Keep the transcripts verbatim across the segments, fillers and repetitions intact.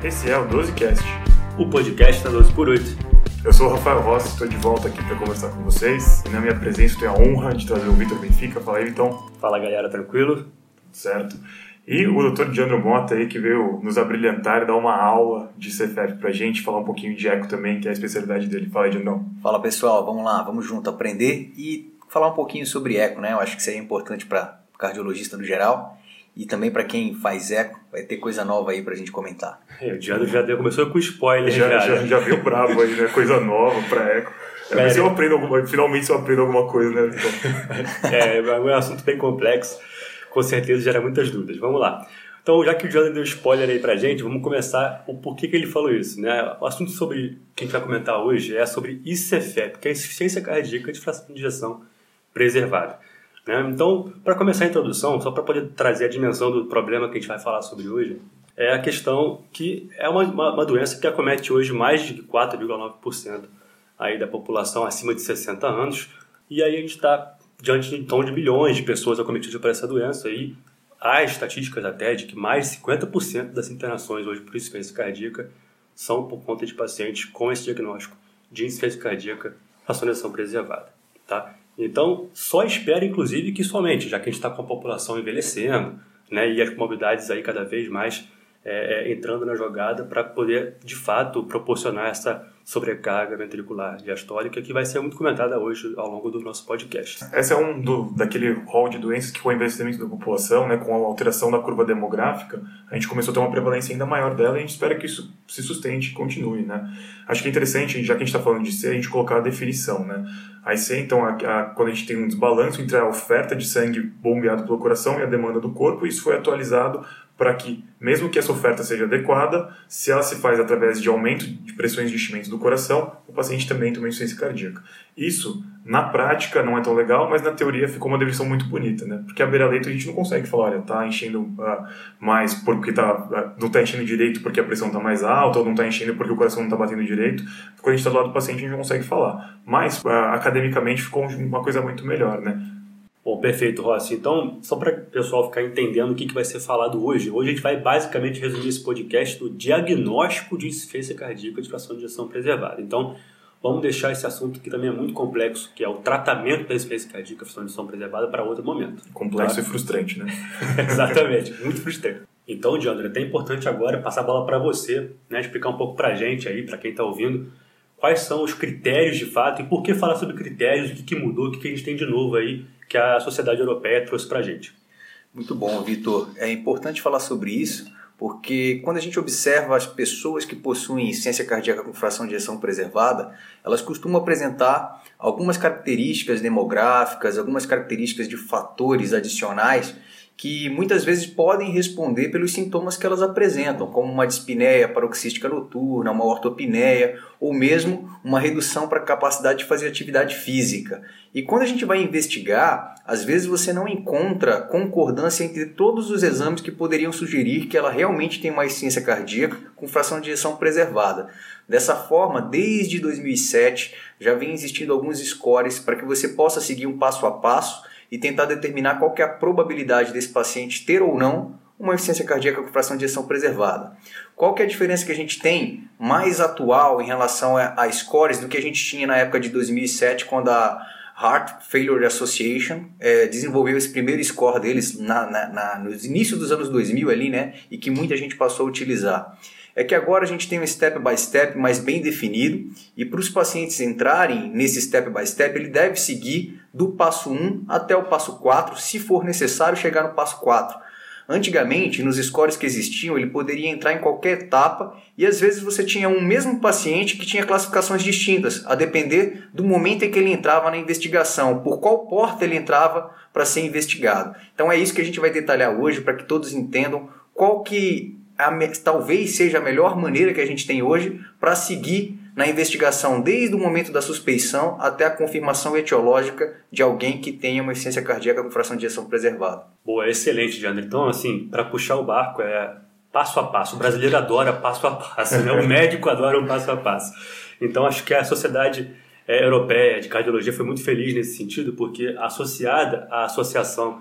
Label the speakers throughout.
Speaker 1: Esse é o doze cast,
Speaker 2: o podcast da doze por oito.
Speaker 1: Eu sou o Rafael Rossi, estou de volta aqui para conversar com vocês. E na minha presença eu tenho a honra de trazer o Vitor Benfica. Fala aí, Vitor.
Speaker 2: Fala, galera, tranquilo?
Speaker 1: Tudo certo. E o doutor Diandro Mota aí, que veio nos abrilhantar e dar uma aula de C F F pra gente, falar um pouquinho de eco também, que é a especialidade dele. Fala aí, Diandrão.
Speaker 3: Fala, pessoal, vamos lá, vamos junto aprender e falar um pouquinho sobre eco, né? Eu acho que isso aí é importante para cardiologista no geral e também para quem faz eco, vai ter coisa nova aí pra gente comentar.
Speaker 2: É, o Diandro já deu, começou com spoiler.
Speaker 1: Já, já, já, já veio bravo aí, né? Coisa nova pra eco. É, mas se eu aprendo alguma, finalmente se eu aprendo alguma coisa, né? Então...
Speaker 2: é, é um assunto bem complexo, com certeza gera muitas dúvidas. Vamos lá. Então, já que o Diandro deu spoiler aí pra gente, vamos começar o porquê que ele falou isso, né? O assunto sobre que a gente vai comentar hoje é sobre I C F E P, que é a insuficiência cardíaca de fração de ejeção preservada. Né? Então, para começar a introdução, só para poder trazer a dimensão do problema que a gente vai falar sobre hoje, é a questão que é uma, uma, uma doença que acomete hoje mais de quatro vírgula nove por cento aí da população acima de sessenta anos, e aí a gente está diante então de milhões de pessoas acometidas por essa doença, e há estatísticas até de que mais de cinquenta por cento das internações hoje por insuficiência cardíaca são por conta de pacientes com esse diagnóstico de insuficiência cardíaca, fração de ejeção preservada, tá? Então, só espera, inclusive, que isso aumente, já que a gente está com a população envelhecendo, né, e as comorbidades aí cada vez mais é, é, entrando na jogada para poder, de fato, proporcionar essa sobrecarga ventricular diastólica que vai ser muito comentada hoje ao longo do nosso podcast.
Speaker 1: Esse é um do, daquele rol de doenças que com o envelhecimento da população, né, com a alteração da curva demográfica, a gente começou a ter uma prevalência ainda maior dela e a gente espera que isso se sustente e continue, né? Acho que é interessante, já que a gente está falando de C, a gente colocar a definição, né? A I C, então, a, a, quando a gente tem um desbalanço entre a oferta de sangue bombeado pelo coração e a demanda do corpo, isso foi atualizado para que, mesmo que essa oferta seja adequada, se ela se faz através de aumento de pressões de enchimento do coração, o paciente também tem uma insuficiência cardíaca. Isso, na prática, não é tão legal, mas na teoria ficou uma definição muito bonita, né? Porque a beira-leito a gente não consegue falar, olha, tá enchendo uh, mais porque tá, uh, não está enchendo direito porque a pressão está mais alta, ou não está enchendo porque o coração não está batendo direito. Quando a gente está do lado do paciente, a gente não consegue falar. Mas, uh, academicamente, ficou uma coisa muito melhor, né?
Speaker 2: Bom, perfeito, Rossi. Então, só para o pessoal ficar entendendo o que, que vai ser falado hoje, hoje a gente vai basicamente resumir esse podcast do diagnóstico de insuficiência cardíaca de fração de ejeção preservada. Então, vamos deixar esse assunto que também é muito complexo, que é o tratamento da insuficiência cardíaca de fração de ejeção preservada, para outro momento.
Speaker 1: Complexo, tá? E frustrante, né?
Speaker 2: Exatamente, muito frustrante. Então, Diandro, é até importante agora passar a bola para você, né, explicar um pouco para a gente aí, para quem está ouvindo, quais são os critérios de fato e por que falar sobre critérios, o que, que mudou, o que, que a gente tem de novo aí que a sociedade europeia trouxe para a gente.
Speaker 3: Muito bom, Vitor. É importante falar sobre isso, porque quando a gente observa as pessoas que possuem insuficiência cardíaca com fração de ejeção preservada, elas costumam apresentar algumas características demográficas, algumas características de fatores adicionais que muitas vezes podem responder pelos sintomas que elas apresentam, como uma dispneia paroxística noturna, uma ortopneia, ou mesmo uma redução para a capacidade de fazer atividade física. E quando a gente vai investigar, às vezes você não encontra concordância entre todos os exames que poderiam sugerir que ela realmente tem uma insuficiência cardíaca com fração de ejeção preservada. Dessa forma, desde dois mil e sete, já vem existindo alguns scores para que você possa seguir um passo a passo e tentar determinar qual que é a probabilidade desse paciente ter ou não uma insuficiência cardíaca com fração de ejeção preservada. Qual que é a diferença que a gente tem mais atual em relação a, a scores do que a gente tinha na época de dois mil e sete, quando a Heart Failure Association é, desenvolveu esse primeiro score deles na, na, na, nos inícios dos anos dois mil ali, né, e que muita gente passou a utilizar. É que agora a gente tem um step by step mais bem definido e para os pacientes entrarem nesse step by step, ele deve seguir do passo um até o passo quatro, se for necessário chegar no passo quatro. Antigamente, nos scores que existiam, ele poderia entrar em qualquer etapa e às vezes você tinha um mesmo paciente que tinha classificações distintas, a depender do momento em que ele entrava na investigação, por qual porta ele entrava para ser investigado. Então é isso que a gente vai detalhar hoje para que todos entendam qual que A, talvez seja a melhor maneira que a gente tem hoje para seguir na investigação desde o momento da suspeição até a confirmação etiológica de alguém que tenha uma insuficiência cardíaca com fração de ejeção preservada.
Speaker 2: Boa, excelente, Diandro. Então, assim, para puxar o barco é passo a passo. O brasileiro adora passo a passo, né? O médico adora um passo a passo. Então, acho que a sociedade é, europeia de cardiologia foi muito feliz nesse sentido, porque associada à Associação de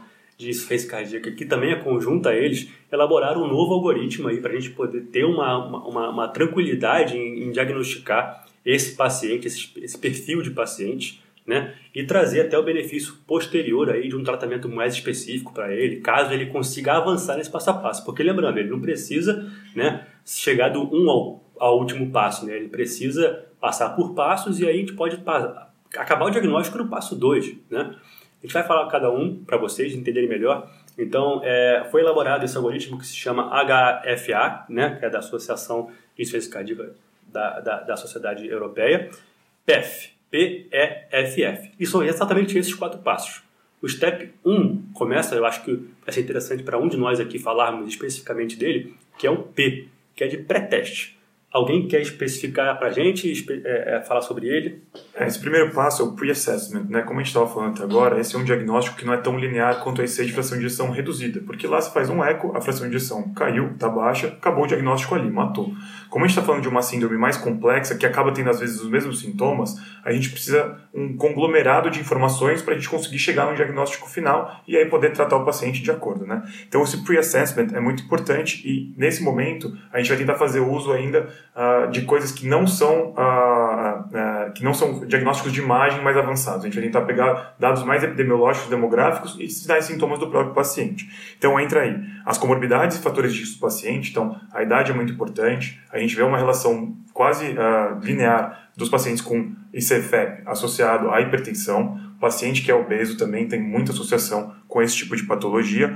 Speaker 2: de insuficiência cardíaca, que também é conjunta a eles, elaboraram um novo algoritmo aí para a gente poder ter uma, uma, uma tranquilidade em, em diagnosticar esse paciente, esse, esse perfil de paciente, né? E trazer até o benefício posterior aí de um tratamento mais específico para ele, caso ele consiga avançar nesse passo a passo. Porque lembrando, ele não precisa, né, chegar do um ao, ao último passo, né? Ele precisa passar por passos e aí a gente pode acabar o diagnóstico no passo dois, né? A gente vai falar cada um para vocês entenderem melhor. Então, é, foi elaborado esse algoritmo que se chama H F A, né, que é da Associação de Insuficiência Cardíaca da, da, da Sociedade Europeia, P E F, P E F F. E são exatamente esses quatro passos. O Step um começa, eu acho que vai ser interessante para um de nós aqui falarmos especificamente dele, que é o P, que é de pré-teste. Alguém quer especificar para a gente, é, é, falar sobre ele?
Speaker 1: É, esse primeiro passo é o pre-assessment, né? Como a gente estava falando até agora, esse é um diagnóstico que não é tão linear quanto a esse de fração de ejeção reduzida, porque lá você faz um eco, a fração de ejeção caiu, está baixa, acabou o diagnóstico ali, matou. Como a gente está falando de uma síndrome mais complexa, que acaba tendo às vezes os mesmos sintomas, a gente precisa um conglomerado de informações para a gente conseguir chegar no diagnóstico final e aí poder tratar o paciente de acordo, né? Então esse pre-assessment é muito importante e nesse momento a gente vai tentar fazer uso ainda Uh, de coisas que não são uh, uh, que não são diagnósticos de imagem mais avançados. A gente vai tentar pegar dados mais epidemiológicos, demográficos e sinais e sintomas do próprio paciente. Então entra aí as comorbidades e fatores de risco do paciente. Então a idade é muito importante. A gente vê uma relação quase uh, linear dos pacientes com I C F E P associado à hipertensão. O paciente que é obeso também tem muita associação com esse tipo de patologia.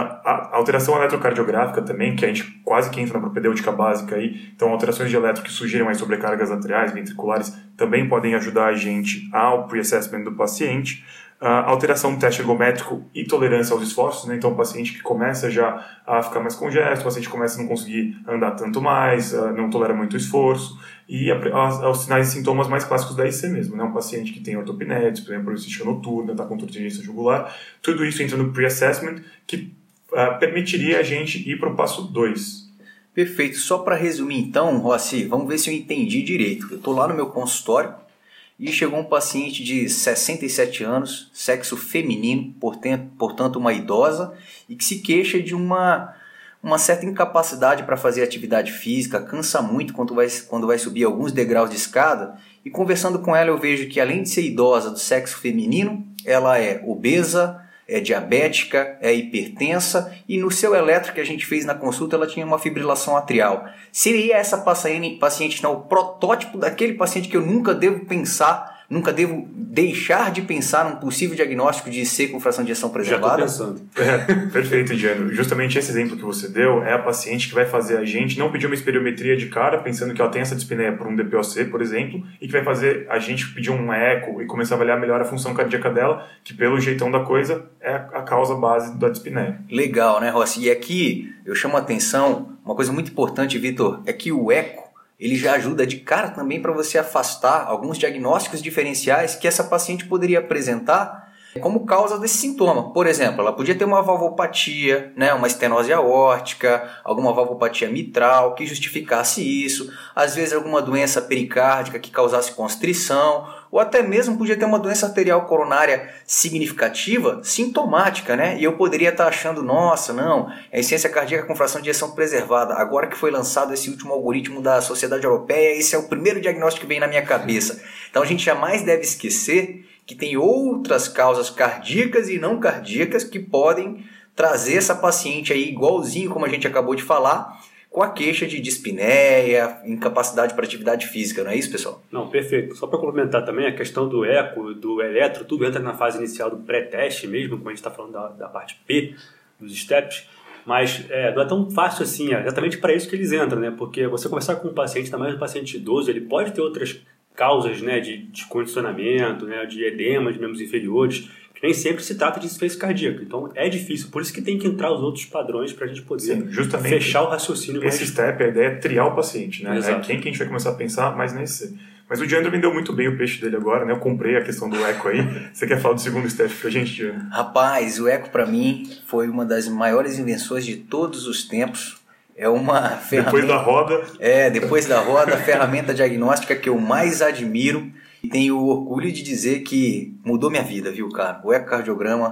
Speaker 1: A alteração eletrocardiográfica também, que a gente quase que entra na propedêutica básica aí. Então, alterações de eletro que sugerem mais sobrecargas atriais, ventriculares, também podem ajudar a gente ao pre-assessment do paciente. A alteração do teste ergométrico e tolerância aos esforços, né? Então o paciente que começa já a ficar mais congesto, o paciente começa a não conseguir andar tanto mais, não tolera muito esforço, e os sinais e sintomas mais clássicos da I C mesmo, né? Um paciente que tem ortopinete, por exemplo, cistias noturna, está com turgência jugular, tudo isso entra no pre-assessment, que uh, permitiria a gente ir para o passo dois.
Speaker 3: Perfeito. Só para resumir então, Rossi, vamos ver se eu entendi direito. Eu estou lá no meu consultório, e chegou um paciente de sessenta e sete anos, sexo feminino, portanto uma idosa, e que se queixa de uma, uma certa incapacidade para fazer atividade física, cansa muito quando vai, quando vai subir alguns degraus de escada, e conversando com ela eu vejo que além de ser idosa do sexo feminino, ela é obesa, é diabética, é hipertensa e no seu eletro que a gente fez na consulta ela tinha uma fibrilação atrial. Seria essa paciente então, o protótipo daquele paciente que eu nunca devo pensar, nunca devo deixar de pensar num possível diagnóstico de I C com fração de ejeção preservada?
Speaker 2: Já estou pensando.
Speaker 1: É, perfeito, Diano. Justamente esse exemplo que você deu é a paciente que vai fazer a gente não pedir uma espirometria de cara, pensando que ela tem essa dispneia por um D P O C, por exemplo, e que vai fazer a gente pedir um eco e começar a avaliar melhor a função cardíaca dela, que pelo jeitão da coisa é a causa base da dispneia.
Speaker 3: Legal, né, Rossi? E aqui eu chamo a atenção, uma coisa muito importante, Vitor, é que o eco ele já ajuda de cara também para você afastar alguns diagnósticos diferenciais que essa paciente poderia apresentar como causa desse sintoma. Por exemplo, ela podia ter uma valvopatia, né, uma estenose aórtica, alguma valvopatia mitral que justificasse isso, às vezes alguma doença pericárdica que causasse constrição, ou até mesmo podia ter uma doença arterial coronária significativa, sintomática, né? E eu poderia estar achando, nossa, não, é insuficiência cardíaca com fração de ejeção preservada. Agora que foi lançado esse último algoritmo da Sociedade Europeia, esse é o primeiro diagnóstico que vem na minha cabeça. Então a gente jamais deve esquecer que tem outras causas cardíacas e não cardíacas que podem trazer essa paciente aí, igualzinho como a gente acabou de falar, com a queixa de dispneia, incapacidade para atividade física, não é isso, pessoal?
Speaker 2: Não, perfeito. Só para complementar também, a questão do eco, do eletro, tudo entra na fase inicial do pré-teste mesmo, quando a gente está falando da, da parte P, dos steps, mas é, não é tão fácil assim, é exatamente para isso que eles entram, né? Porque você conversar com um paciente, ainda mais um paciente idoso, ele pode ter outras causas, né, de, de condicionamento, né, de edema de membros inferiores, que nem sempre se trata de insuficiência cardíaca. Então é difícil, por isso que tem que entrar os outros padrões para a gente poder
Speaker 1: Sim, justamente
Speaker 2: fechar o raciocínio.
Speaker 1: Esse mais... step, a ideia é triar o paciente, né?
Speaker 2: Exato.
Speaker 1: É quem que a gente vai começar a pensar mais nesse. Mas o Diandro vendeu muito bem o peixe dele agora, né? Eu comprei a questão do eco aí. Você quer falar do segundo step pra gente, Diandro?
Speaker 3: Rapaz, o eco para mim foi uma das maiores invenções de todos os tempos. É uma ferramenta...
Speaker 1: Depois da roda...
Speaker 3: É, depois da roda, a ferramenta diagnóstica que eu mais admiro. E tenho orgulho de dizer que mudou minha vida, viu, cara? O ecocardiograma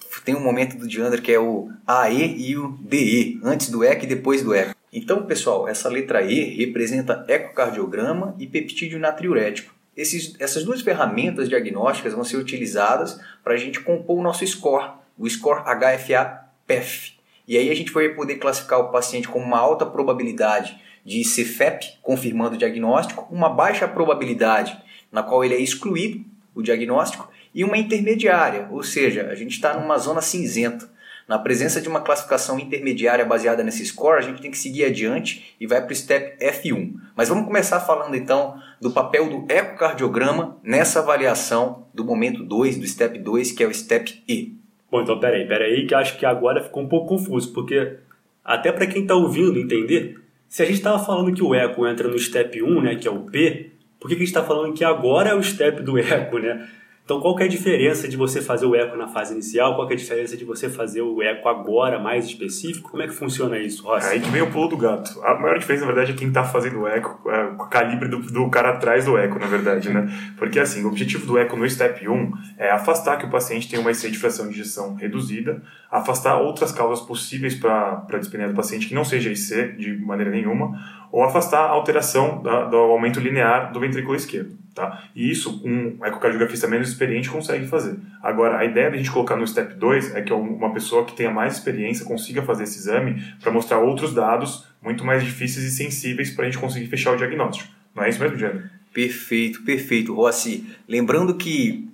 Speaker 3: tem um momento do Diandra que é o A E e o D E, antes do eco e depois do eco. Então, pessoal, essa letra E representa ecocardiograma e peptídeo natriurético. Esses, essas duas ferramentas diagnósticas vão ser utilizadas para a gente compor o nosso score, o score H F A P E F. E aí a gente vai poder classificar o paciente com uma alta probabilidade de C F E P, confirmando o diagnóstico, uma baixa probabilidade, na qual ele é excluído, o diagnóstico, e uma intermediária, ou seja, a gente está numa zona cinzenta. Na presença de uma classificação intermediária baseada nesse score, a gente tem que seguir adiante e vai para o step F um. Mas vamos começar falando então do papel do ecocardiograma nessa avaliação do momento dois, do step dois, que é o step E.
Speaker 2: Bom, então peraí, peraí, que eu acho que agora ficou um pouco confuso, porque até para quem está ouvindo entender, se a gente estava falando que o eco entra no step um, né, que é o P, por que, que a gente está falando que agora é o step do eco, né? Então, qual que é a diferença de você fazer o eco na fase inicial? Qual que é a diferença de você fazer o eco agora, mais específico? Como é que funciona isso, Rossi?
Speaker 1: É aí que vem o pulo do gato. A maior diferença, na verdade, é quem está fazendo o eco, é o calibre do, do cara atrás do eco, na verdade, né? Porque, assim, o objetivo do eco no step um é afastar que o paciente tenha uma I C de fração de ejeção reduzida, afastar outras causas possíveis para a dispneia do paciente que não seja I C de maneira nenhuma, ou afastar a alteração da, do aumento linear do ventrículo esquerdo. Tá? E isso um ecocardiografista menos experiente consegue fazer. Agora, a ideia de a gente colocar no step dois é que uma pessoa que tenha mais experiência consiga fazer esse exame para mostrar outros dados muito mais difíceis e sensíveis para a gente conseguir fechar o diagnóstico. Não é isso mesmo, Diana?
Speaker 3: Perfeito, perfeito, Rossi. Lembrando que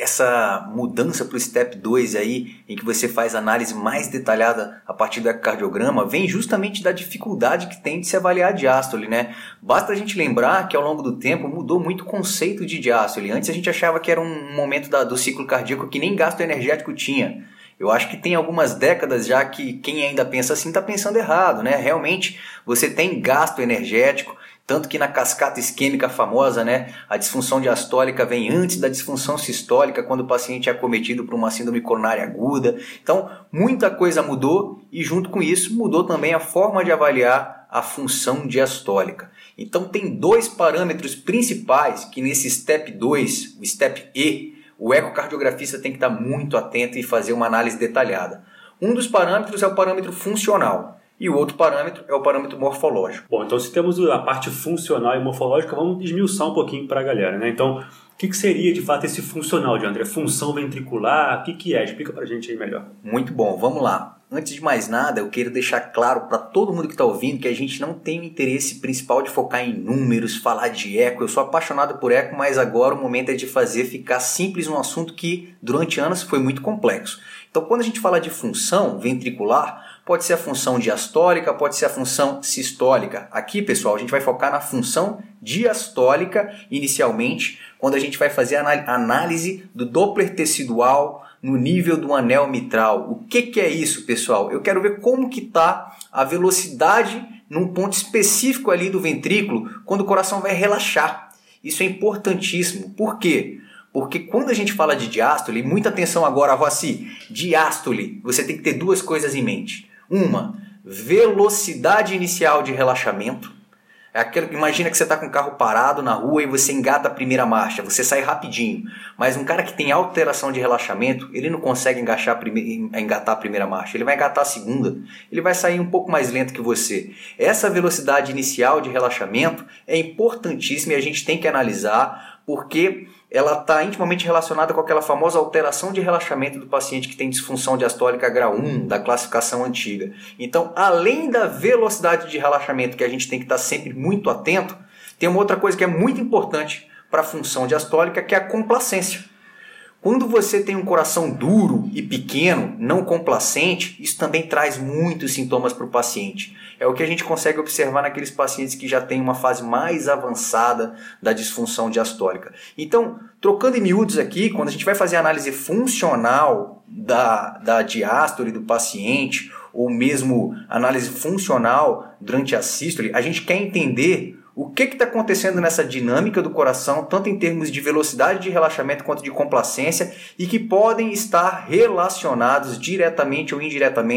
Speaker 3: essa mudança para o step dois aí, em que você faz análise mais detalhada a partir do ecocardiograma, vem justamente da dificuldade que tem de se avaliar a diástole, né? Basta a gente lembrar que ao longo do tempo mudou muito o conceito de diástole. Antes a gente achava que era um momento da, do ciclo cardíaco que nem gasto energético tinha. Eu acho que tem algumas décadas já que quem ainda pensa assim está pensando errado, né? Realmente você tem gasto energético, tanto que na cascata isquêmica famosa, né, a disfunção diastólica vem antes da disfunção sistólica quando o paciente é acometido por uma síndrome coronária aguda. Então, muita coisa mudou e junto com isso mudou também a forma de avaliar a função diastólica. Então, tem dois parâmetros principais que nesse step dois, o step E, o ecocardiografista tem que estar muito atento e fazer uma análise detalhada. Um dos parâmetros é o parâmetro funcional. E o outro parâmetro é o parâmetro morfológico.
Speaker 2: Bom, então se temos a parte funcional e morfológica, vamos desmiuçar um pouquinho para a galera, né? Então, o que, que seria de fato esse funcional, de André? Função ventricular, o que, que é? Explica para a gente aí melhor.
Speaker 3: Muito bom, vamos lá. Antes de mais nada, eu quero deixar claro para todo mundo que está ouvindo que a gente não tem o interesse principal de focar em números, falar de eco. Eu sou apaixonado por eco, mas agora o momento é de fazer ficar simples um assunto que durante anos foi muito complexo. Então, quando a gente fala de função ventricular, pode ser a função diastólica, pode ser a função sistólica. Aqui, pessoal, a gente vai focar na função diastólica inicialmente, quando a gente vai fazer a análise do Doppler tecidual no nível do anel mitral. O que, que é isso, pessoal? Eu quero ver como que está a velocidade num ponto específico ali do ventrículo quando o coração vai relaxar. Isso é importantíssimo. Por quê? Porque quando a gente fala de diástole, muita atenção agora, Rossi, diástole, você tem que ter duas coisas em mente. Uma, velocidade inicial de relaxamento. É aquilo que imagina que você está com o carro parado na rua e você engata a primeira marcha, você sai rapidinho. Mas um cara que tem alteração de relaxamento, ele não consegue engatar a, prime... engatar a primeira marcha, ele vai engatar a segunda, ele vai sair um pouco mais lento que você. Essa velocidade inicial de relaxamento é importantíssima e a gente tem que analisar porque ela está intimamente relacionada com aquela famosa alteração de relaxamento do paciente que tem disfunção diastólica grau um, da classificação antiga. Então, além da velocidade de relaxamento que a gente tem que estar sempre muito atento, tem uma outra coisa que é muito importante para a função diastólica, que é a complacência. Quando você tem um coração duro e pequeno, não complacente, isso também traz muitos sintomas para o paciente. É o que a gente consegue observar naqueles pacientes que já têm uma fase mais avançada da disfunção diastólica. Então, trocando em miúdos aqui, quando a gente vai fazer a análise funcional da, da diástole do paciente, ou mesmo análise funcional durante a sístole, a gente quer entender o que está acontecendo nessa dinâmica do coração, tanto em termos de velocidade de relaxamento quanto de complacência, e que podem estar relacionados diretamente ou indiretamente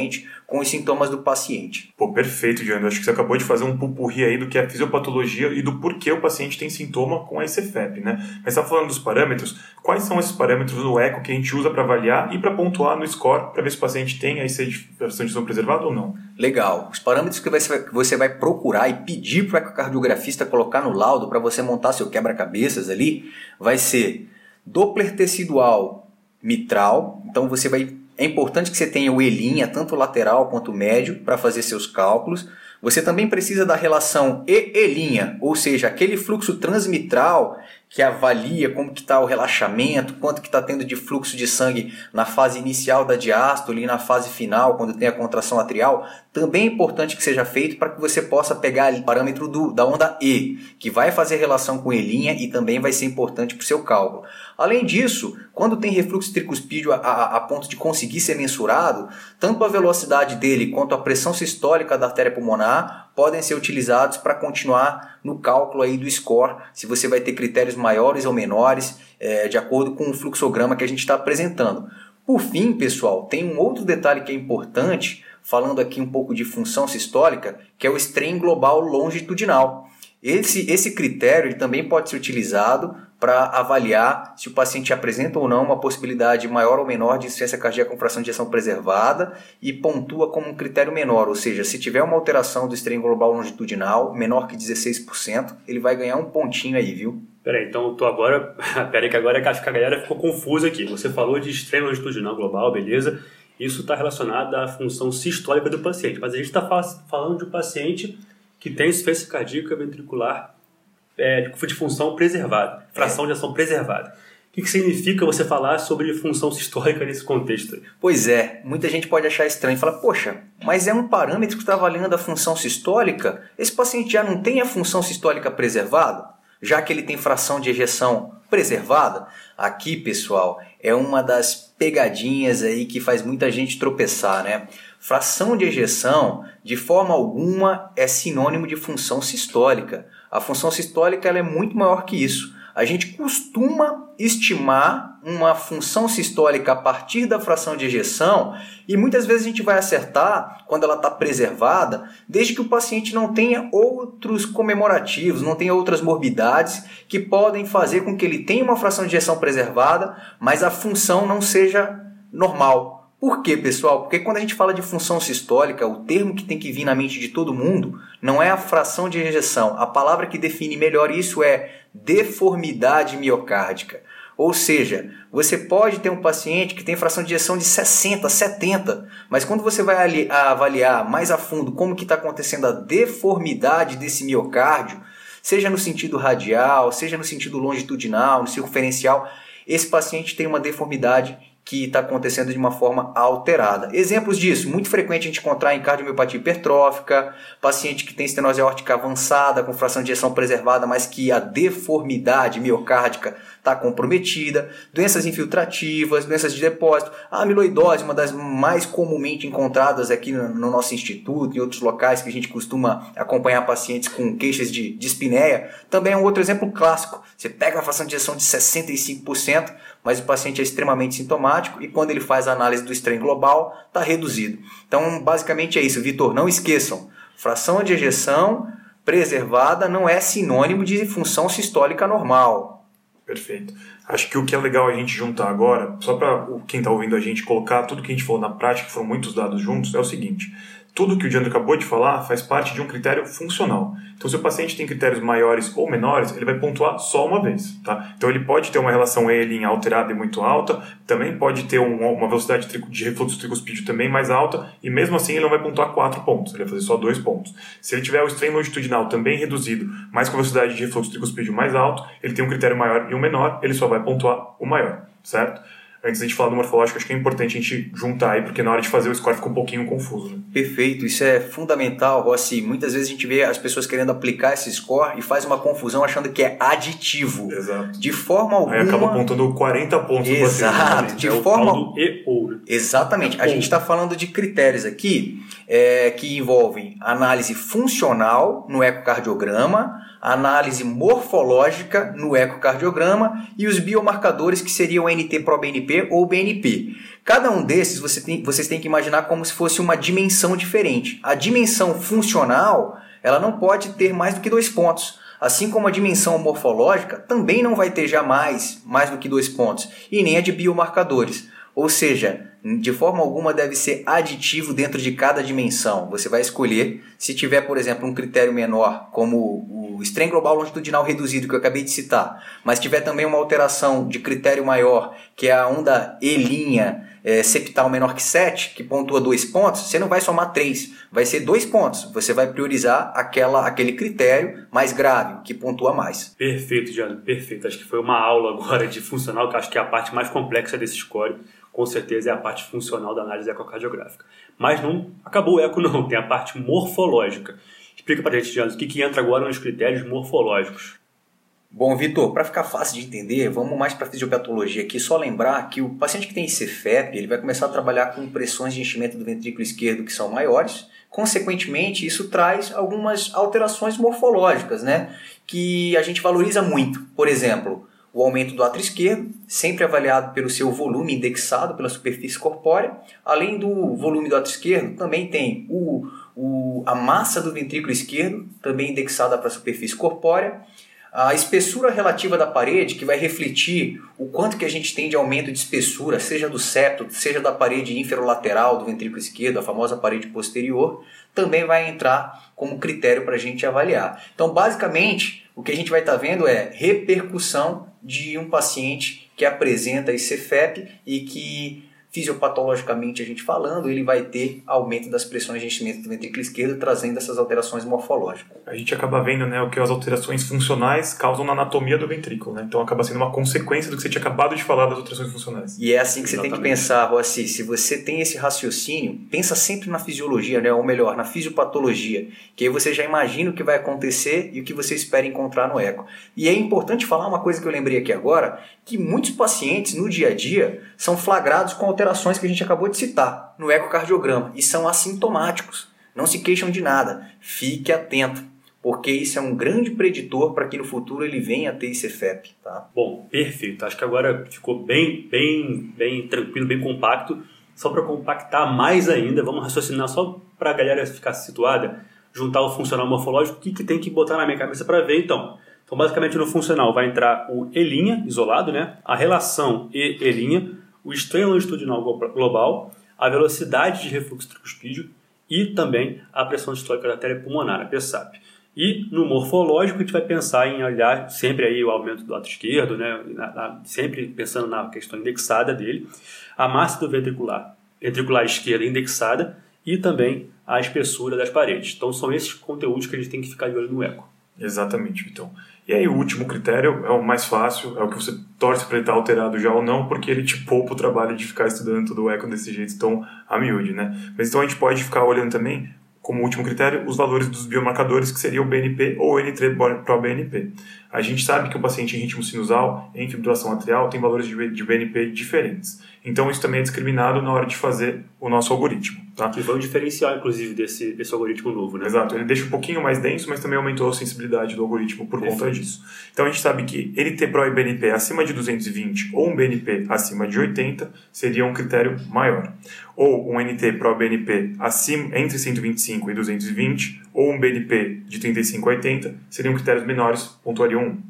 Speaker 3: com os sintomas do paciente.
Speaker 1: Pô, perfeito, Diana. Acho que você acabou de fazer um pupurri aí do que é a fisiopatologia e do porquê o paciente tem sintoma com a C F E P, né? Mas você está falando dos parâmetros. Quais são esses parâmetros no eco que a gente usa para avaliar e para pontuar no score para ver se o paciente tem a I C de fração de ejeção preservada ou não?
Speaker 3: Legal. Os parâmetros que você vai procurar e pedir para o ecocardiografista colocar no laudo para você montar seu quebra-cabeças ali vai ser Doppler tecidual mitral. Então você vai É importante que você tenha o E-linha, tanto lateral quanto médio, para fazer seus cálculos. Você também precisa da relação E-E-linha, ou seja, aquele fluxo transmitral que avalia como que está o relaxamento, quanto que está tendo de fluxo de sangue na fase inicial da diástole e na fase final, quando tem a contração atrial. Também é importante que seja feito para que você possa pegar o parâmetro do, da onda E, que vai fazer relação com E' e também vai ser importante para o seu cálculo. Além disso, quando tem refluxo tricuspídeo a, a, a ponto de conseguir ser mensurado, tanto a velocidade dele quanto a pressão sistólica da artéria pulmonar podem ser utilizados para continuar no cálculo aí do score, se você vai ter critérios maiores ou menores, é, de acordo com o fluxograma que a gente está apresentando. Por fim, pessoal, tem um outro detalhe que é importante, falando aqui um pouco de função sistólica, que é o strain global longitudinal. Esse, esse critério ele também pode ser utilizado para avaliar se o paciente apresenta ou não uma possibilidade maior ou menor de insuficiência cardíaca com fração de ejeção preservada e pontua como um critério menor, ou seja, se tiver uma alteração do strain global longitudinal menor que dezesseis por cento, ele vai ganhar um pontinho aí, viu?
Speaker 2: Peraí, então eu tô agora... Peraí que agora acho que a galera ficou confusa aqui. Você falou de strain longitudinal global, beleza? Isso está relacionado à função sistólica do paciente, mas a gente está falando de um paciente que tem insuficiência cardíaca ventricular é, de função preservada, fração é. de ação preservada. O que, que significa você falar sobre função sistólica nesse contexto?
Speaker 3: Pois é, muita gente pode achar estranho e falar, poxa, mas é um parâmetro que está avaliando a função sistólica? Esse paciente já não tem a função sistólica preservada? Já que ele tem fração de ejeção preservada? Aqui, pessoal, é uma das pegadinhas aí que faz muita gente tropeçar, né? Fração de ejeção, de forma alguma, é sinônimo de função sistólica. A função sistólica ela é muito maior que isso. A gente costuma estimar uma função sistólica a partir da fração de ejeção e muitas vezes a gente vai acertar quando ela está preservada, desde que o paciente não tenha outros comemorativos, não tenha outras morbidades que podem fazer com que ele tenha uma fração de ejeção preservada, mas a função não seja normal. Por quê, pessoal? Porque quando a gente fala de função sistólica, o termo que tem que vir na mente de todo mundo não é a fração de ejeção. A palavra que define melhor isso é deformidade miocárdica. Ou seja, você pode ter um paciente que tem fração de ejeção de sessenta, setenta, mas quando você vai avaliar mais a fundo como que está acontecendo a deformidade desse miocárdio, seja no sentido radial, seja no sentido longitudinal, no circunferencial, esse paciente tem uma deformidade que está acontecendo de uma forma alterada. Exemplos disso, muito frequente a gente encontrar em cardiomiopatia hipertrófica, paciente que tem estenose aórtica avançada, com fração de ejeção preservada, mas que a deformidade miocárdica está comprometida, doenças infiltrativas, doenças de depósito, a amiloidose, uma das mais comumente encontradas aqui no, no nosso instituto, em outros locais que a gente costuma acompanhar pacientes com queixas de dispneia, também é um outro exemplo clássico. Você pega a fração de ejeção de sessenta e cinco por cento, mas o paciente é extremamente sintomático e quando ele faz a análise do strain global, está reduzido. Então, basicamente é isso, Vitor. Não esqueçam, fração de ejeção preservada não é sinônimo de função sistólica normal.
Speaker 1: Perfeito. Acho que o que é legal a gente juntar agora, só para quem está ouvindo a gente colocar tudo que a gente falou na prática, que foram muitos dados juntos, é o seguinte: tudo que o Diandro acabou de falar faz parte de um critério funcional. Então, se o paciente tem critérios maiores ou menores, ele vai pontuar só uma vez. Tá? Então, ele pode ter uma relação E' alterada e muito alta, também pode ter um, uma velocidade de refluxo tricuspídeo também mais alta, e mesmo assim ele não vai pontuar quatro pontos, ele vai fazer só dois pontos. Se ele tiver o strain longitudinal também reduzido, mas com velocidade de refluxo tricuspídeo mais alto, ele tem um critério maior e um menor, ele só vai pontuar o maior, certo? Antes de a gente falar do morfológico, acho que é importante a gente juntar aí, porque na hora de fazer o score fica um pouquinho confuso. Né?
Speaker 3: Perfeito, isso é fundamental, Rossi. Muitas vezes a gente vê as pessoas querendo aplicar esse score e faz uma confusão achando que é aditivo.
Speaker 1: Exato.
Speaker 3: De forma alguma...
Speaker 1: Aí acaba apontando quarenta pontos.
Speaker 3: Exato. De
Speaker 2: é
Speaker 3: forma...
Speaker 2: o e ouro.
Speaker 3: Exatamente. A gente está falando de critérios aqui é, que envolvem análise funcional no ecocardiograma, análise morfológica no ecocardiograma e os biomarcadores que seriam N T-proBNP P ou B N P. Cada um desses você tem, vocês têm que imaginar como se fosse uma dimensão diferente. A dimensão funcional, ela não pode ter mais do que dois pontos. Assim como a dimensão morfológica também não vai ter jamais mais do que dois pontos. E nem a de biomarcadores. Ou seja, de forma alguma deve ser aditivo dentro de cada dimensão. Você vai escolher, se tiver, por exemplo, um critério menor, como o strain global longitudinal reduzido, que eu acabei de citar, mas tiver também uma alteração de critério maior, que é a onda E' é, septal menor que sete, que pontua dois pontos, você não vai somar três, vai ser dois pontos. Você vai priorizar aquela, aquele critério mais grave, que pontua mais.
Speaker 2: Perfeito, Diana, perfeito. Acho que foi uma aula agora de funcional, que acho que é a parte mais complexa desse score. Com certeza é a parte funcional da análise ecocardiográfica. Mas não acabou o eco não, tem a parte morfológica. Explica pra gente, Diana, o que, que entra agora nos critérios morfológicos.
Speaker 3: Bom, Vitor, para ficar fácil de entender, vamos mais para a fisiopatologia aqui. Só lembrar que o paciente que tem I C F E P, ele vai começar a trabalhar com pressões de enchimento do ventrículo esquerdo que são maiores. Consequentemente, isso traz algumas alterações morfológicas, né? Que a gente valoriza muito. Por exemplo, o aumento do átrio esquerdo, sempre avaliado pelo seu volume indexado pela superfície corpórea. Além do volume do átrio esquerdo, também tem o, o, a massa do ventrículo esquerdo, também indexada para a superfície corpórea. A espessura relativa da parede, que vai refletir o quanto que a gente tem de aumento de espessura, seja do septo, seja da parede inferolateral do ventrículo esquerdo, a famosa parede posterior, também vai entrar como critério para a gente avaliar. Então, basicamente, o que a gente vai estar vendo é repercussão de um paciente que apresenta I C F E P e que, fisiopatologicamente a gente falando, ele vai ter aumento das pressões de enchimento do ventrículo esquerdo, trazendo essas alterações morfológicas.
Speaker 1: A gente acaba vendo, né, o que as alterações funcionais causam na anatomia do ventrículo, né? Então acaba sendo uma consequência do que você tinha acabado de falar das alterações funcionais.
Speaker 3: E é assim que Exatamente. Você tem que pensar, Rossi. Se você tem esse raciocínio, pensa sempre na fisiologia, né? Ou melhor, na fisiopatologia, que aí você já imagina o que vai acontecer e o que você espera encontrar no eco. E é importante falar uma coisa que eu lembrei aqui agora, que muitos pacientes no dia a dia são flagrados com alterações que a gente acabou de citar no ecocardiograma e são assintomáticos, não se queixam de nada. Fique atento, porque isso é um grande preditor para que no futuro ele venha a ter I C F E P. Tá?
Speaker 2: Bom, perfeito. Acho que agora ficou bem, bem, bem tranquilo, bem compacto. Só para compactar mais ainda, vamos raciocinar só para a galera ficar situada, juntar o funcional morfológico, o que, que tem que botar na minha cabeça para ver então. Então, basicamente, no funcional vai entrar o E' isolado, né? A relação E-E', o strain longitudinal global, a velocidade de refluxo tricuspídeo e também a pressão sistólica da artéria pulmonar, a P SAP. E no morfológico a gente vai pensar em olhar sempre aí o aumento do átrio esquerdo, né? na, na, sempre pensando na questão indexada dele, a massa do ventricular, ventricular esquerda indexada e também a espessura das paredes. Então são esses conteúdos que a gente tem que ficar de olho no eco.
Speaker 1: Exatamente, Vitão. E aí o último critério é o mais fácil, é o que você torce para ele estar alterado já ou não, porque ele te poupa o trabalho de ficar estudando todo o eco desse jeito tão a miúde, né? Mas então a gente pode ficar olhando também, como último critério, os valores dos biomarcadores, que seria o B N P ou N três pro B N P. A gente sabe que o paciente em ritmo sinusal, em fibrilação atrial, tem valores de B N P diferentes. Então isso também é discriminado na hora de fazer o nosso algoritmo. Tá?
Speaker 2: Que foi um diferencial, inclusive, desse, desse algoritmo novo, né?
Speaker 1: Exato, ele deixa um pouquinho mais denso, mas também aumentou a sensibilidade do algoritmo por Perfeito. Conta disso. Então a gente sabe que N T pro e B N P acima de duzentos e vinte ou um B N P acima de oitenta seria um critério maior. Ou um N T pro B N P acima, entre cento e vinte e cinco e duzentos e vinte, ou um B N P de trinta e cinco a oitenta, seriam critérios menores, pontuariam um.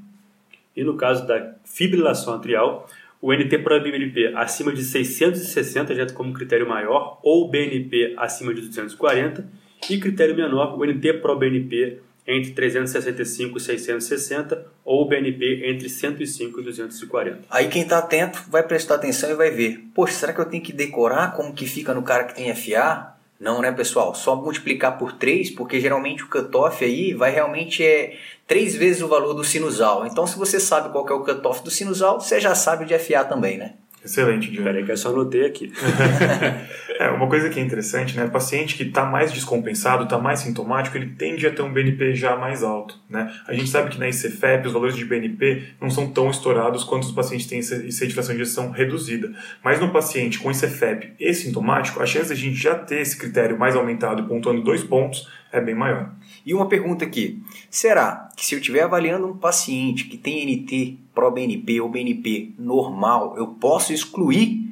Speaker 2: E no caso da fibrilação atrial, o N T pro B N P acima de seiscentos e sessenta já como critério maior, ou B N P acima de duzentos e quarenta, e critério menor, o N T pro B N P entre trezentos e sessenta e cinco e seiscentos e sessenta, ou o B N P entre cento e cinco e duzentos e quarenta.
Speaker 3: Aí quem está atento vai prestar atenção e vai ver, poxa, será que eu tenho que decorar como que fica no cara que tem F A? Não, né, pessoal? Só multiplicar por três, porque geralmente o cutoff aí vai realmente é três vezes o valor do sinusal. Então, se você sabe qual que é o cutoff do sinusal, você já sabe de F A também, né?
Speaker 1: Excelente, Diego.
Speaker 2: Peraí que eu só anotei aqui.
Speaker 1: É, uma coisa que é interessante, né? O paciente que está mais descompensado, está mais sintomático, ele tende a ter um B N P já mais alto, né? A gente sabe que na I C F E P os valores de B N P não são tão estourados quanto os pacientes têm essa fração de ejeção reduzida. Mas no paciente com I C F E P e sintomático, a chance de a gente já ter esse critério mais aumentado, pontuando dois pontos, é bem maior.
Speaker 3: E uma pergunta aqui, será que se eu estiver avaliando um paciente que tem N T pró-B N P ou B N P normal, eu posso excluir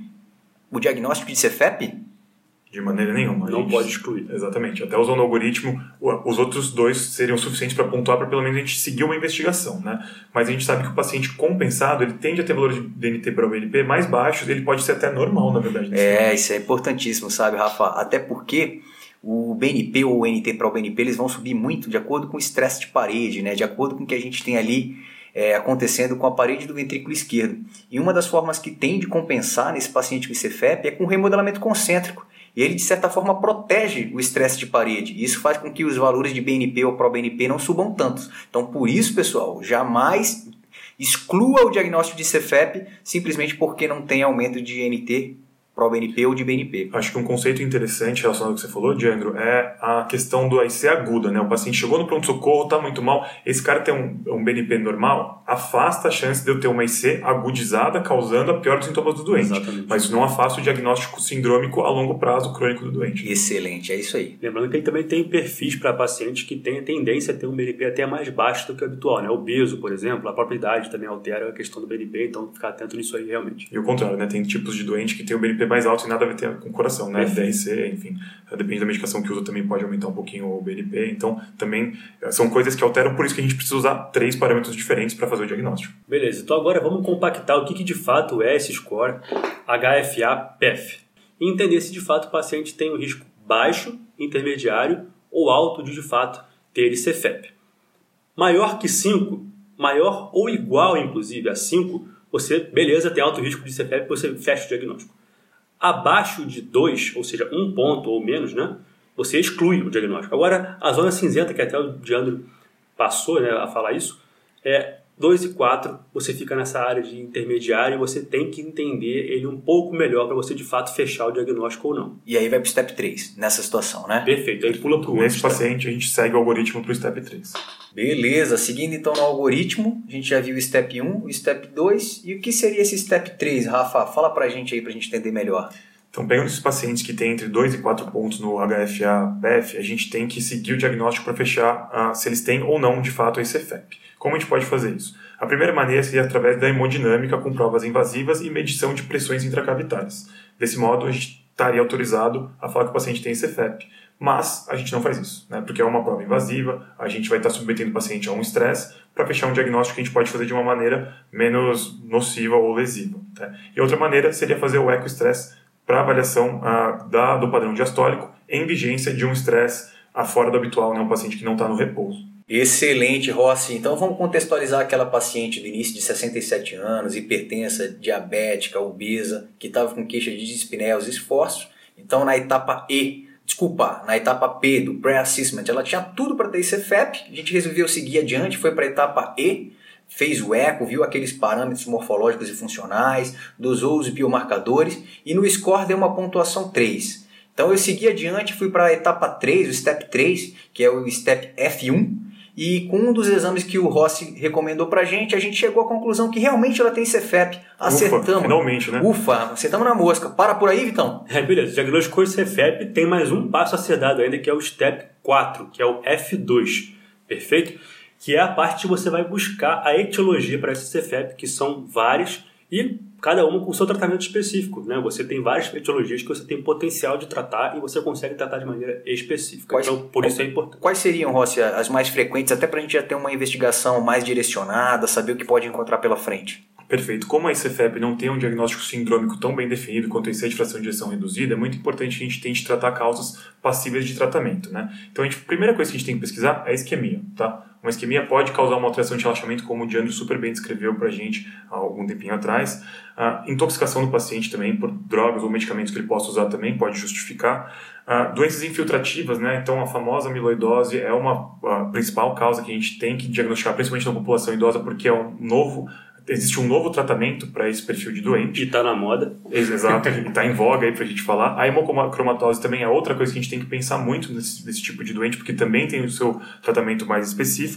Speaker 3: o diagnóstico de Cefep?
Speaker 1: De maneira nenhuma.
Speaker 2: Não
Speaker 1: gente,
Speaker 2: pode excluir.
Speaker 1: Exatamente. Até usando o algoritmo, os outros dois seriam suficientes para pontuar para pelo menos a gente seguir uma investigação, né? Mas a gente sabe que o paciente compensado, ele tende a ter valores de D N T para o B N P mais baixos, ele pode ser até normal, na verdade.
Speaker 3: É, isso é importantíssimo, sabe, Rafa? Até porque o B N P ou o N T para o B N P, eles vão subir muito de acordo com o estresse de parede, né? De acordo com o que a gente tem ali é, acontecendo com a parede do ventrículo esquerdo. E uma das formas que tem de compensar nesse paciente com Cefep é com remodelamento concêntrico. E ele, de certa forma, protege o estresse de parede. Isso faz com que os valores de B N P ou pró-B N P não subam tantos. Então, por isso, pessoal, jamais exclua o diagnóstico de Cefep simplesmente porque não tem aumento de N T pró-B N P ou de B N P.
Speaker 1: Acho que um conceito interessante relacionado ao que você falou, Diandro, é a questão do A I C aguda, né? O paciente chegou no pronto-socorro, está muito mal, esse cara tem um, um B N P normal, afasta a chance de eu ter uma A I C agudizada, causando a pior dos sintomas do doente.
Speaker 2: Exatamente.
Speaker 1: Mas isso não afasta o diagnóstico sindrômico a longo prazo crônico do doente.
Speaker 3: Excelente, é isso aí.
Speaker 2: Lembrando que ele também tem perfis para pacientes que têm a tendência a ter um B N P até mais baixo do que o habitual, né? Obeso, por exemplo, a própria idade também altera a questão do B N P, então ficar atento nisso aí realmente.
Speaker 1: E o contrário, né? Tem tipos de doente que tem o B N P mais alto e nada a ver com o coração, né? D R C, enfim, depende da medicação que usa, também pode aumentar um pouquinho o B N P, então também são coisas que alteram, por isso que a gente precisa usar três parâmetros diferentes para fazer o diagnóstico.
Speaker 2: Beleza, então agora vamos compactar o que, que de fato é esse score H F A P E F e entender se de fato o paciente tem um risco baixo, intermediário ou alto de de fato ter Cefep. Maior que cinco, maior ou igual inclusive a cinco, você, beleza, tem alto risco de Cefep, você fecha o diagnóstico. Abaixo de dois, ou seja, um ponto ou menos, né, você exclui o diagnóstico. Agora, a zona cinzenta, que até o Diandro passou, né, a falar isso, é dois e quatro, você fica nessa área de intermediário e você tem que entender ele um pouco melhor para você de fato fechar o diagnóstico ou não.
Speaker 3: E aí vai para o step três, nessa situação, né?
Speaker 2: Perfeito, aí pula para o outro.
Speaker 1: Nesse paciente, a gente segue o algoritmo para o step três.
Speaker 3: Beleza, seguindo então no algoritmo, a gente já viu o step um, o step dois, e o que seria esse step três, Rafa? Fala pra gente aí pra gente entender melhor.
Speaker 1: Então, pegando esses pacientes que têm entre dois e quatro pontos no H F A P E F, a gente tem que seguir o diagnóstico para fechar uh, se eles têm ou não, de fato, a Cefep. Como a gente pode fazer isso? A primeira maneira seria através da hemodinâmica com provas invasivas e medição de pressões intracavitárias. Desse modo, a gente estaria autorizado a falar que o paciente tem Cefep. Mas a gente não faz isso, né? Porque é uma prova invasiva, a gente vai estar submetendo o paciente a um estresse para fechar um diagnóstico que a gente pode fazer de uma maneira menos nociva ou lesiva. Tá? E outra maneira seria fazer o ecoestresse para avaliação ah, da, do padrão diastólico em vigência de um estresse fora do habitual, né? Um paciente que não está no repouso.
Speaker 3: Excelente, Rossi. Então vamos contextualizar aquela paciente do início de sessenta e sete anos, hipertensa, diabética, obesa, que estava com queixa de dispneia aos esforços. Então na etapa E, Desculpa, na etapa P do Pre-Assessment, ela tinha tudo para ter Cefep, a gente resolveu seguir adiante, foi para a etapa E, fez o eco, viu aqueles parâmetros morfológicos e funcionais, dosou os biomarcadores e no score deu uma pontuação três. Então eu segui adiante, fui para a etapa três, o step três, que é o step F um, e com um dos exames que o Rossi recomendou pra gente, a gente chegou à conclusão que realmente ela tem Cefep. Acertamos.
Speaker 1: Ufa, finalmente, né?
Speaker 3: Ufa, acertamos na mosca. Para por aí, Vitão.
Speaker 2: É, beleza. Diagnosticou Cefep, tem mais um passo a ser dado ainda, que é o step quatro, que é o F dois. Perfeito? Que é a parte que você vai buscar a etiologia para esse Cefep, que são várias, e cada uma com o seu tratamento específico, né? Você tem várias etiologias que você tem potencial de tratar e você consegue tratar de maneira específica.
Speaker 3: Quais,
Speaker 2: então, por isso é importante.
Speaker 3: Quais seriam, Rossi, as mais frequentes, até para a gente já ter uma investigação mais direcionada, saber o que pode encontrar pela frente?
Speaker 1: Perfeito. Como a Cefep não tem um diagnóstico sindrômico tão bem definido quanto a I C de fração de ejeção reduzida, é muito importante que a gente tente tratar causas passíveis de tratamento, né? Então, a, gente, a primeira coisa que a gente tem que pesquisar é a isquemia, tá? Uma isquemia pode causar uma alteração de relaxamento, como o Diandro super bem descreveu para a gente há algum tempinho atrás. A intoxicação do paciente também por drogas ou medicamentos que ele possa usar também pode justificar. A doenças infiltrativas, né? Então, a famosa amiloidose é uma a principal causa que a gente tem que diagnosticar, principalmente na população idosa, porque é um novo... Existe um novo tratamento para esse perfil de doente.
Speaker 2: E está na moda.
Speaker 1: Exato, e está em voga aí para a gente falar. A hemocromatose também é outra coisa que a gente tem que pensar muito nesse, nesse tipo de doente, porque também tem o seu tratamento mais específico.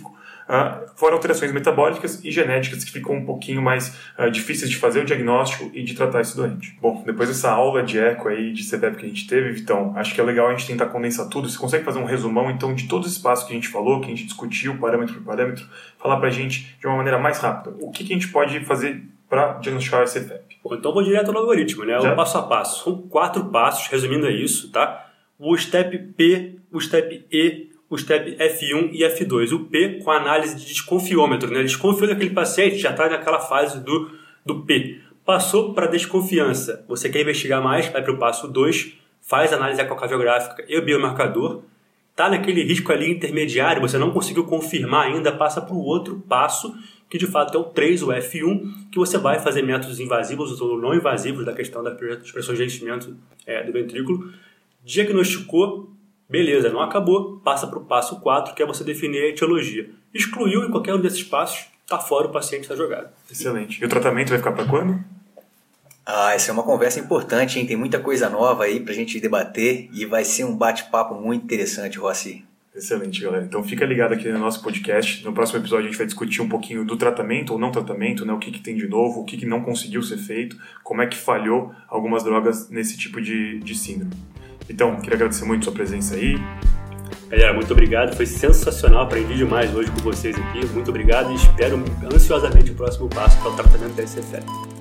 Speaker 1: uh, fora alterações metabólicas e genéticas que ficam um pouquinho mais uh, difíceis de fazer o diagnóstico e de tratar esse doente. Bom, depois dessa aula de eco aí, de C P E P que a gente teve, Vitão, acho que é legal a gente tentar condensar tudo. Você consegue fazer um resumão, então, de todos os passos que a gente falou, que a gente discutiu, parâmetro por parâmetro, falar pra gente de uma maneira mais rápida. O que, que a gente pode fazer para diagnosticar esse C P E P?
Speaker 2: Bom, então vou direto no algoritmo, né?
Speaker 1: Já?
Speaker 2: O passo a passo. São quatro passos, resumindo é isso, tá? O step P, o step E, o step F um e F dois. O P com a análise de desconfiômetro, né? Desconfiou daquele paciente, já está naquela fase do, do P. Passou para desconfiança. Você quer investigar mais, vai para o passo dois, faz a análise ecocardiográfica e o biomarcador. Está naquele risco ali intermediário, você não conseguiu confirmar ainda, passa para o outro passo, que de fato é o três, o F um, que você vai fazer métodos invasivos ou não invasivos da questão das pressões de enchimento é, do ventrículo. Diagnosticou, beleza, não acabou, passa para o passo quatro, que é você definir a etiologia. Excluiu em qualquer um desses passos, está fora, o paciente está jogado.
Speaker 1: Excelente. E o tratamento vai ficar para quando?
Speaker 3: Ah, essa é uma conversa importante, hein? Tem muita coisa nova aí pra gente debater e vai ser um bate-papo muito interessante, Rossi.
Speaker 1: Excelente, galera. Então fica ligado aqui no nosso podcast. No próximo episódio a gente vai discutir um pouquinho do tratamento ou não tratamento, né? O que, que tem de novo, o que, que não conseguiu ser feito, como é que falhou algumas drogas nesse tipo de, de síndrome. Então, queria agradecer muito a sua presença aí.
Speaker 2: Galera, muito obrigado. Foi sensacional. Aprendi demais hoje com vocês aqui. Muito obrigado e espero ansiosamente o próximo passo para o tratamento da C P E P.